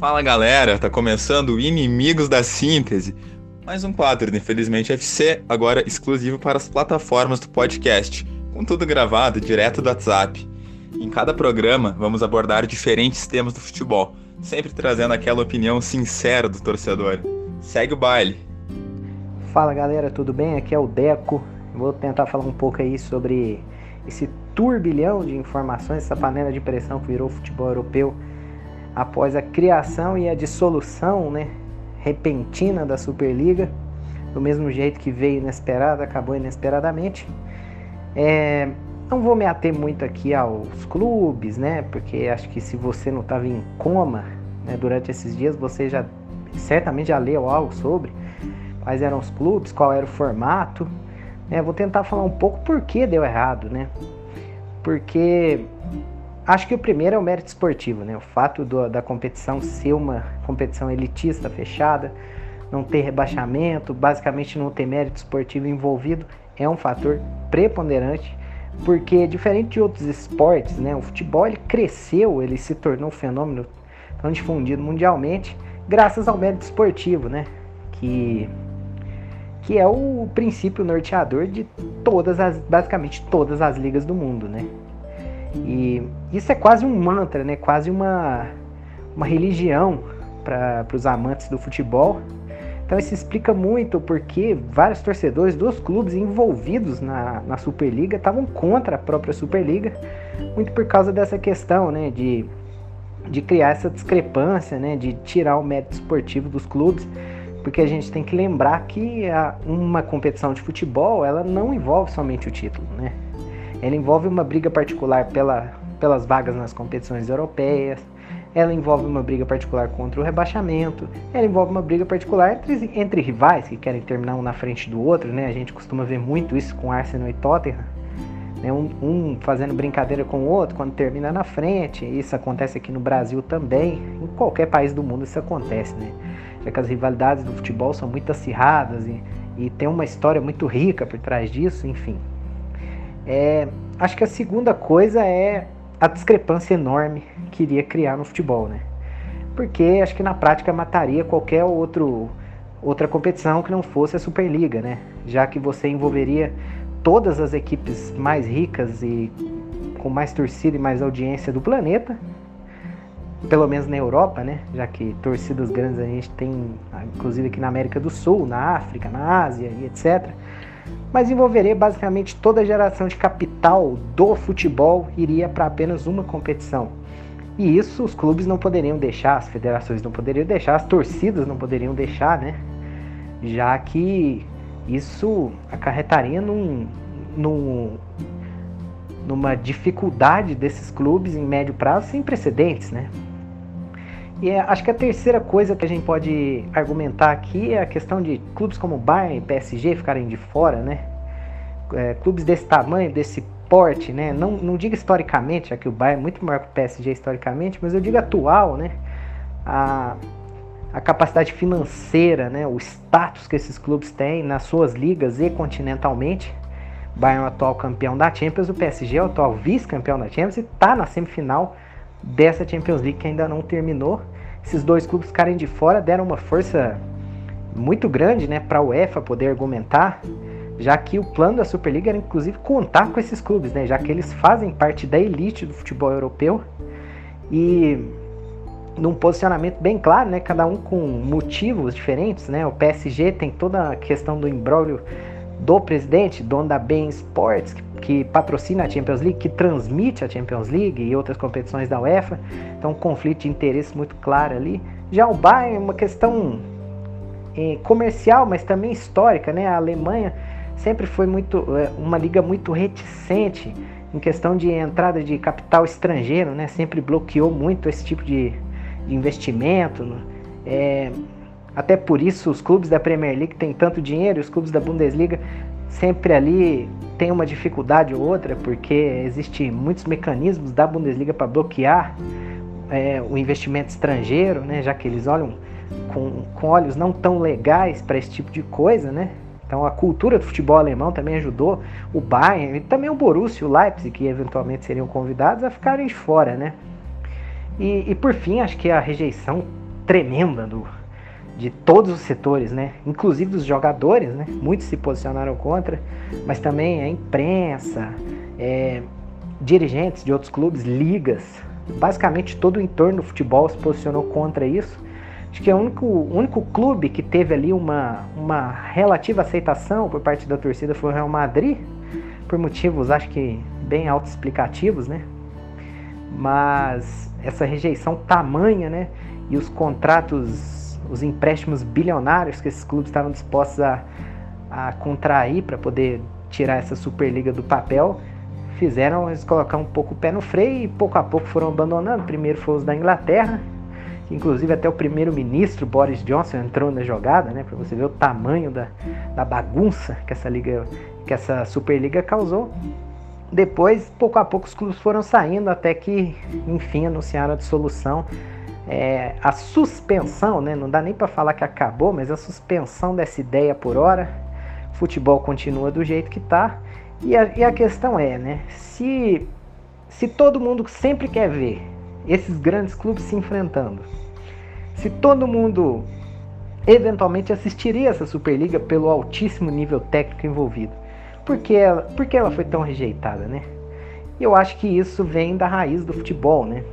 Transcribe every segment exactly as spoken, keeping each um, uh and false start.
Fala galera, tá começando o Inimigos da Síntese. Mais um quadro do Infelizmente F C, agora exclusivo para as plataformas do podcast, com tudo gravado direto do WhatsApp. Em cada programa, vamos abordar diferentes temas do futebol, sempre trazendo aquela opinião sincera do torcedor. Segue o baile. Fala galera, tudo bem? Aqui é o Deco. Vou tentar falar um pouco aí sobre esse turbilhão de informações, essa panela de pressão que virou o futebol europeu após a criação e a dissolução, né, repentina da Superliga, do mesmo jeito que veio inesperado, acabou inesperadamente. É, não vou me ater muito aqui aos clubes, né, porque acho que se você não estava em coma, né, durante esses dias, você já certamente já leu algo sobre quais eram os clubes, qual era o formato. Né, vou tentar falar um pouco por que deu errado, né, porque acho que o primeiro é o mérito esportivo, né? O fato do, da competição ser uma competição elitista, fechada, não ter rebaixamento, basicamente não ter mérito esportivo envolvido, é um fator preponderante, porque diferente de outros esportes, né? O futebol ele cresceu, ele se tornou um fenômeno tão difundido mundialmente, graças ao mérito esportivo, né? Que, que é o princípio norteador de todas as, basicamente todas as ligas do mundo, né? E isso é quase um mantra, né? Quase uma, uma religião para os amantes do futebol. Então isso explica muito porque vários torcedores dos clubes envolvidos na, na Superliga estavam contra a própria Superliga, muito por causa dessa questão, né? De, de criar essa discrepância, né? De tirar o mérito esportivo dos clubes, porque a gente tem que lembrar que a, uma competição de futebol ela não envolve somente o título, né? Ela envolve uma briga particular pela, pelas vagas nas competições europeias, ela envolve uma briga particular contra o rebaixamento, ela envolve uma briga particular entre, entre rivais que querem terminar um na frente do outro, né? A gente costuma ver muito isso com Arsenal e Tottenham, né? um, um fazendo brincadeira com o outro quando termina na frente. Isso acontece aqui no Brasil também, em qualquer país do mundo isso acontece, né? Já que as rivalidades do futebol são muito acirradas e, e tem uma história muito rica por trás disso, enfim. É, acho que a segunda coisa é a discrepância enorme que iria criar no futebol, né? Porque acho que na prática mataria qualquer outro, outra competição que não fosse a Superliga, né? Já que você envolveria todas as equipes mais ricas e com mais torcida e mais audiência do planeta, pelo menos na Europa, né? Já que torcidas grandes a gente tem, inclusive aqui na América do Sul, na África, na Ásia e etcétera. Mas envolveria basicamente toda a geração de capital do futebol iria para apenas uma competição. E isso os clubes não poderiam deixar, as federações não poderiam deixar, as torcidas não poderiam deixar, né? Já que isso acarretaria num, num, numa dificuldade desses clubes em médio prazo sem precedentes, né? E é, acho que a terceira coisa que a gente pode argumentar aqui é a questão de clubes como Bayern e P S G ficarem de fora, né? É, clubes desse tamanho, desse porte, né? Não, não digo historicamente, já que o Bayern é muito maior que o P S G historicamente, mas eu digo atual, né? A, a capacidade financeira, né? O status que esses clubes têm nas suas ligas e continentalmente. O Bayern é o atual campeão da Champions, o P S G é o atual vice-campeão da Champions e está na semifinal dessa Champions League que ainda não terminou. Esses dois clubes ficarem de fora deram uma força muito grande, né, para a UEFA poder argumentar, já que o plano da Superliga era inclusive contar com esses clubes, né, já que eles fazem parte da elite do futebol europeu e num posicionamento bem claro, né, cada um com motivos diferentes, né. O P S G tem toda a questão do imbróglio do presidente, dono da Bein Sports, que, que patrocina a Champions League, que transmite a Champions League e outras competições da UEFA. Então, um conflito de interesse muito claro ali. Já o Bayern é uma questão é, comercial, mas também histórica, né? A Alemanha sempre foi muito, é, uma liga muito reticente em questão de entrada de capital estrangeiro, né? Sempre bloqueou muito esse tipo de, de investimento. É, Até por isso os clubes da Premier League têm tanto dinheiro e os clubes da Bundesliga sempre ali tem uma dificuldade ou outra, porque existem muitos mecanismos da Bundesliga para bloquear é, o investimento estrangeiro, né, já que eles olham com, com olhos não tão legais para esse tipo de coisa, né? Então a cultura do futebol alemão também ajudou o Bayern e também o Borussia e o Leipzig, que eventualmente seriam convidados, a ficarem de fora, né? E, e por fim, acho que a rejeição tremenda do, de todos os setores, né? Inclusive dos jogadores, né? Muitos se posicionaram contra, mas também a imprensa, é, dirigentes de outros clubes, ligas, basicamente todo o entorno do futebol se posicionou contra isso. Acho que é o único, o único clube que teve ali uma, uma relativa aceitação por parte da torcida foi o Real Madrid, por motivos, acho que, bem autoexplicativos, né? Mas essa rejeição tamanha, né? E os contratos, os empréstimos bilionários que esses clubes estavam dispostos a, a contrair para poder tirar essa Superliga do papel, fizeram eles colocar um pouco o pé no freio e pouco a pouco foram abandonando. Primeiro foi os da Inglaterra, que inclusive até o primeiro-ministro Boris Johnson entrou na jogada, né? Para você ver o tamanho da, da bagunça que essa liga, que essa Superliga causou. Depois, pouco a pouco, os clubes foram saindo até que, enfim, anunciaram a dissolução. É, a suspensão, né? Não dá nem para falar que acabou, mas a suspensão dessa ideia por hora. O futebol continua do jeito que está. E a, e a questão é, né? Se, se todo mundo sempre quer ver esses grandes clubes se enfrentando, se todo mundo eventualmente assistiria essa Superliga pelo altíssimo nível técnico envolvido, Por que ela, por que ela foi tão rejeitada, né? E eu acho que isso vem da raiz do futebol, né?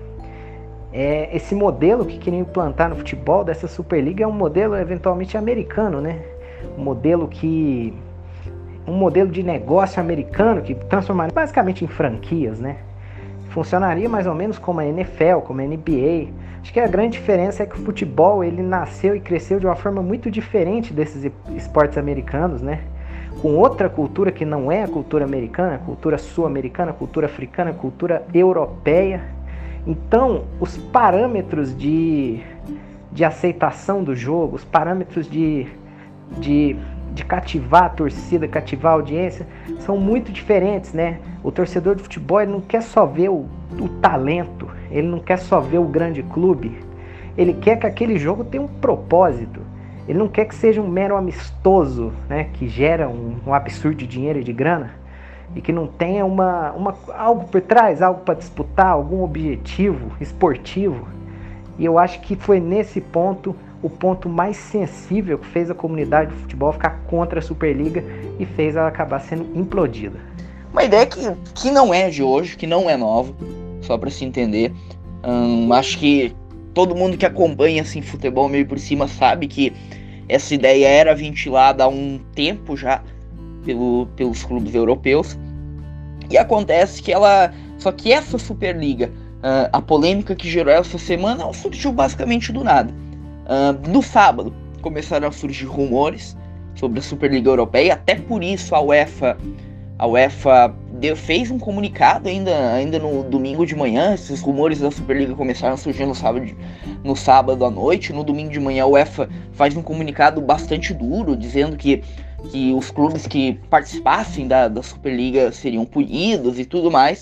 É, esse modelo que queriam implantar no futebol dessa Superliga é um modelo eventualmente americano, né? Um modelo que... Um modelo de negócio americano que transformaria basicamente em franquias, né? Funcionaria mais ou menos como a N F L, como a N B A. Acho que a grande diferença é que o futebol ele nasceu e cresceu de uma forma muito diferente desses esportes americanos, né? Com outra cultura que não é a cultura americana, a cultura sul-americana, a cultura africana, a cultura europeia. Então, os parâmetros de, de aceitação do jogo, os parâmetros de, de, de cativar a torcida, cativar a audiência, são muito diferentes, né? O torcedor de futebol ele não quer só ver o, o talento, ele não quer só ver o grande clube, ele quer que aquele jogo tenha um propósito. Ele não quer que seja um mero amistoso, né, que gera um, um absurdo de dinheiro e de grana, e que não tenha uma, uma, algo por trás, algo para disputar, algum objetivo esportivo. E eu acho que foi nesse ponto, o ponto mais sensível que fez a comunidade do futebol ficar contra a Superliga e fez ela acabar sendo implodida. Uma ideia que, que não é de hoje, que não é nova, só para se entender. Hum, acho que todo mundo que acompanha assim, futebol meio por cima sabe que essa ideia era ventilada há um tempo já pelo, pelos clubes europeus. E acontece que ela... Só que essa Superliga, uh, a polêmica que gerou essa semana, ela surgiu basicamente do nada. Uh, no sábado começaram a surgir rumores sobre a Superliga Europeia. Até por isso a UEFA, a UEFA deu, fez um comunicado ainda, ainda no domingo de manhã. Esses rumores da Superliga começaram a surgir no sábado, no sábado à noite. No domingo de manhã a UEFA faz um comunicado bastante duro, dizendo que, que os clubes que participassem da, da Superliga seriam punidos e tudo mais.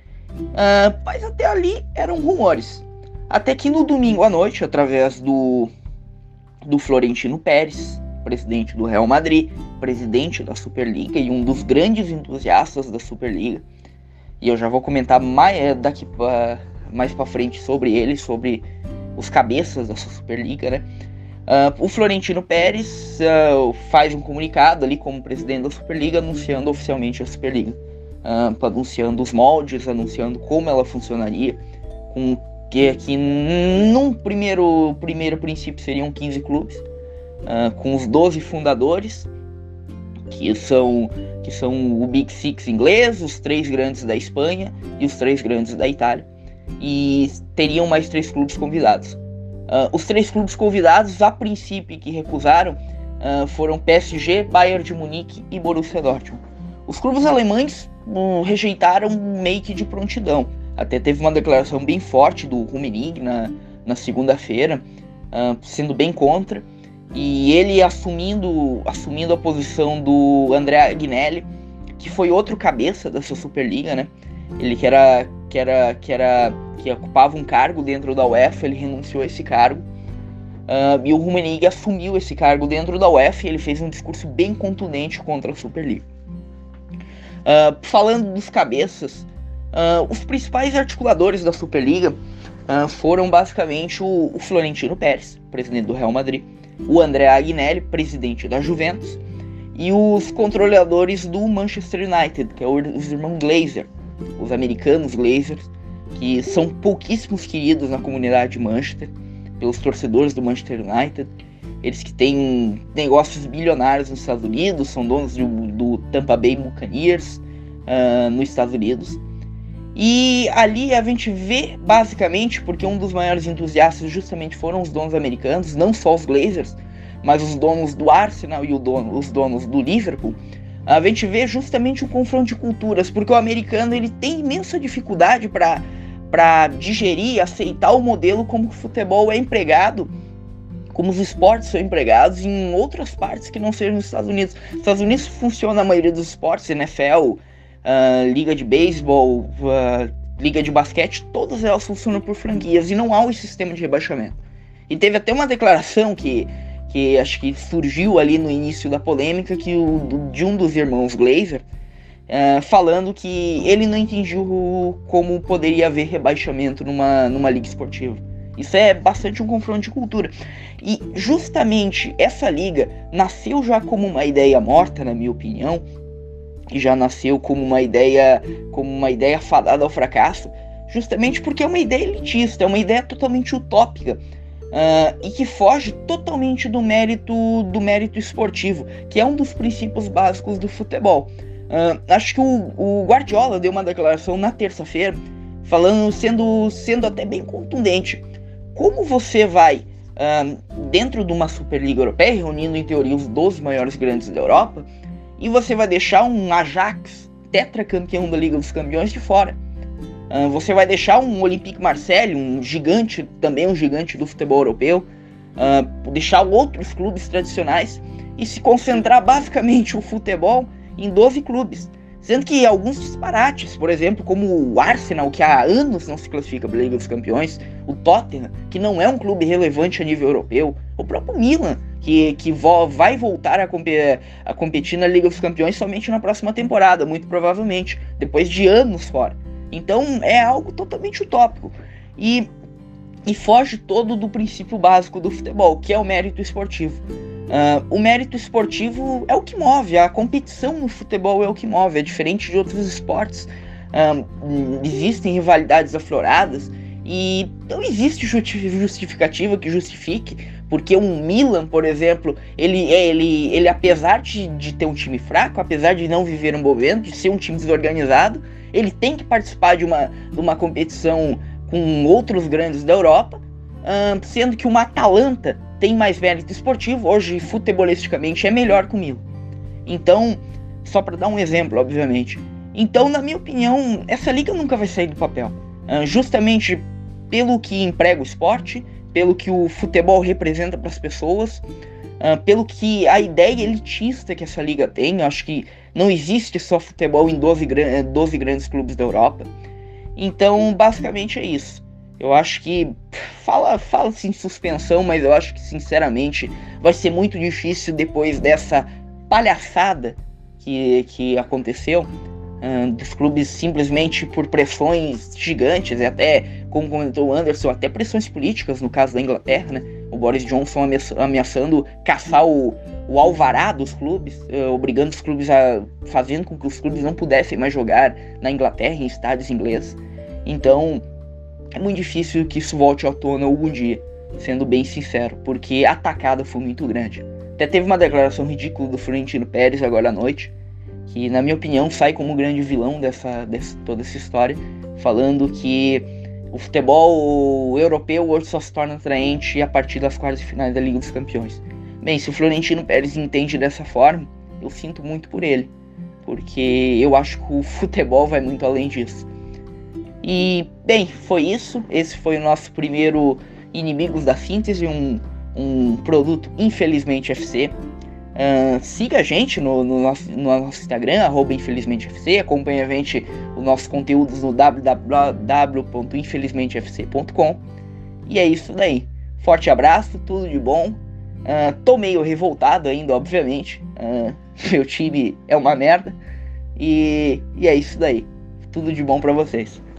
Uh, mas até ali eram rumores. Até que no domingo à noite, através do, do Florentino Pérez, presidente do Real Madrid, presidente da Superliga e um dos grandes entusiastas da Superliga, e eu já vou comentar mais daqui pra, mais para frente sobre ele, sobre os cabeças dessa Superliga, né? Uh, o Florentino Pérez uh, faz um comunicado ali como presidente da Superliga, anunciando oficialmente a Superliga, uh, anunciando os moldes, anunciando como ela funcionaria, com que, que num primeiro, primeiro princípio seriam quinze clubes, Uh, com os doze fundadores, que são, que são o Big Six inglês, os três grandes da Espanha e os três grandes da Itália, e teriam mais três clubes convidados. Uh, os três clubes convidados, a princípio, que recusaram, uh, foram P S G, Bayern de Munique e Borussia Dortmund. Os clubes alemães uh, rejeitaram meio que de prontidão. Até teve uma declaração bem forte do Rummenigge na, na segunda-feira, uh, sendo bem contra. E ele assumindo, assumindo a posição do André Agnelli, que foi outro cabeça dessa Superliga, né? Ele que era, que era, que era, que ocupava um cargo dentro da UEFA, ele renunciou a esse cargo. Uh, e o Rummenigge assumiu esse cargo dentro da UEFA e ele fez um discurso bem contundente contra a Superliga. Uh, falando dos cabeças, uh, os principais articuladores da Superliga uh, foram basicamente o, o Florentino Pérez, presidente do Real Madrid, o André Agnelli, presidente da Juventus, e os controladores do Manchester United, que é os irmãos Glazer, os americanos Glazers, que são pouquíssimos queridos na comunidade de Manchester, pelos torcedores do Manchester United. Eles que têm negócios bilionários nos Estados Unidos, são donos do, do Tampa Bay Buccaneers uh, nos Estados Unidos. E ali a gente vê, basicamente, porque um dos maiores entusiastas justamente foram os donos americanos, não só os Glazers, mas os donos do Arsenal e o dono, os donos do Liverpool. A gente vê justamente um confronto de culturas, porque o americano ele tem imensa dificuldade para para digerir e aceitar o modelo como o futebol é empregado, como os esportes são empregados em outras partes que não sejam nos Estados Unidos. Nos Estados Unidos funciona a maioria dos esportes, N F L, uh, liga de beisebol, uh, liga de basquete, todas elas funcionam por franquias e não há o sistema de rebaixamento. E teve até uma declaração que, que acho que surgiu ali no início da polêmica, que o, de um dos irmãos Glazer, Uh, falando que ele não entendiu como poderia haver rebaixamento numa, numa liga esportiva. Isso é bastante um confronto de cultura. E justamente essa liga nasceu já como uma ideia morta, na minha opinião, e já nasceu como uma ideia, como uma ideia fadada ao fracasso, justamente porque é uma ideia elitista, é uma ideia totalmente utópica, uh, e que foge totalmente do mérito, do mérito esportivo, que é um dos princípios básicos do futebol. Uh, acho que o, o Guardiola deu uma declaração na terça-feira, falando, sendo, sendo até bem contundente. Como você vai, uh, dentro de uma Superliga Europeia, reunindo em teoria os doze maiores grandes da Europa, e você vai deixar um Ajax, tetracampeão da Liga dos Campeões, de fora? Uh, você vai deixar um Olympique Marseille, um gigante, também um gigante do futebol europeu, uh, deixar outros clubes tradicionais e se concentrar basicamente o futebol em doze clubes, sendo que alguns disparates, por exemplo, como o Arsenal, que há anos não se classifica para a Liga dos Campeões, o Tottenham, que não é um clube relevante a nível europeu, o próprio Milan, que, que vo- vai voltar a, comp- a competir na Liga dos Campeões somente na próxima temporada, muito provavelmente, depois de anos fora. Então é algo totalmente utópico e, e foge todo do princípio básico do futebol, que é o mérito esportivo. Uh, o mérito esportivo é o que move, a competição no futebol é o que move, é diferente de outros esportes. Uh, existem rivalidades afloradas e não existe justificativa que justifique, porque um Milan, por exemplo, ele, ele, ele apesar de, de ter um time fraco, apesar de não viver um bom momento, de ser um time desorganizado, ele tem que participar de uma, de uma competição com outros grandes da Europa, uh, sendo que uma Atalanta tem mais mérito esportivo, hoje futebolisticamente é melhor que o Milan. Então, só para dar um exemplo, obviamente. Então, na minha opinião, essa liga nunca vai sair do papel. Uh, justamente pelo que emprega o esporte, pelo que o futebol representa para as pessoas, uh, pelo que a ideia elitista que essa liga tem. Eu acho que não existe só futebol em doze, doze grandes clubes da Europa. Então, basicamente é isso. Eu acho que, fala, fala-se em suspensão, mas eu acho que, sinceramente, vai ser muito difícil depois dessa palhaçada que, que aconteceu, uh, dos clubes simplesmente por pressões gigantes, e até, como comentou o Anderson, até pressões políticas, no caso da Inglaterra, né? O Boris Johnson ameaçando caçar o, o alvará dos clubes, uh, obrigando os clubes a... fazendo com que os clubes não pudessem mais jogar na Inglaterra, em estádios ingleses. Então, é muito difícil que isso volte à tona algum dia, sendo bem sincero, porque a atacada foi muito grande. Até teve uma declaração ridícula do Florentino Pérez agora à noite, que na minha opinião sai como o grande vilão dessa, dessa toda essa história, falando que o futebol europeu hoje só se torna atraente a partir das quartas de finais da Liga dos Campeões. Bem, se o Florentino Pérez entende dessa forma, eu sinto muito por ele, porque eu acho que o futebol vai muito além disso. E, bem, foi isso. Esse foi o nosso primeiro Inimigos da Síntese, um, um produto Infelizmente F C. Uh, siga a gente no, no, nosso, no nosso Instagram, arroba InfelizmenteFC. Acompanhe a gente, os nossos conteúdos no w w w ponto infelizmente f c ponto com. E é isso daí. Forte abraço, tudo de bom. Uh, tô meio revoltado ainda, obviamente. Uh, meu time é uma merda. E, e é isso daí. Tudo de bom pra vocês.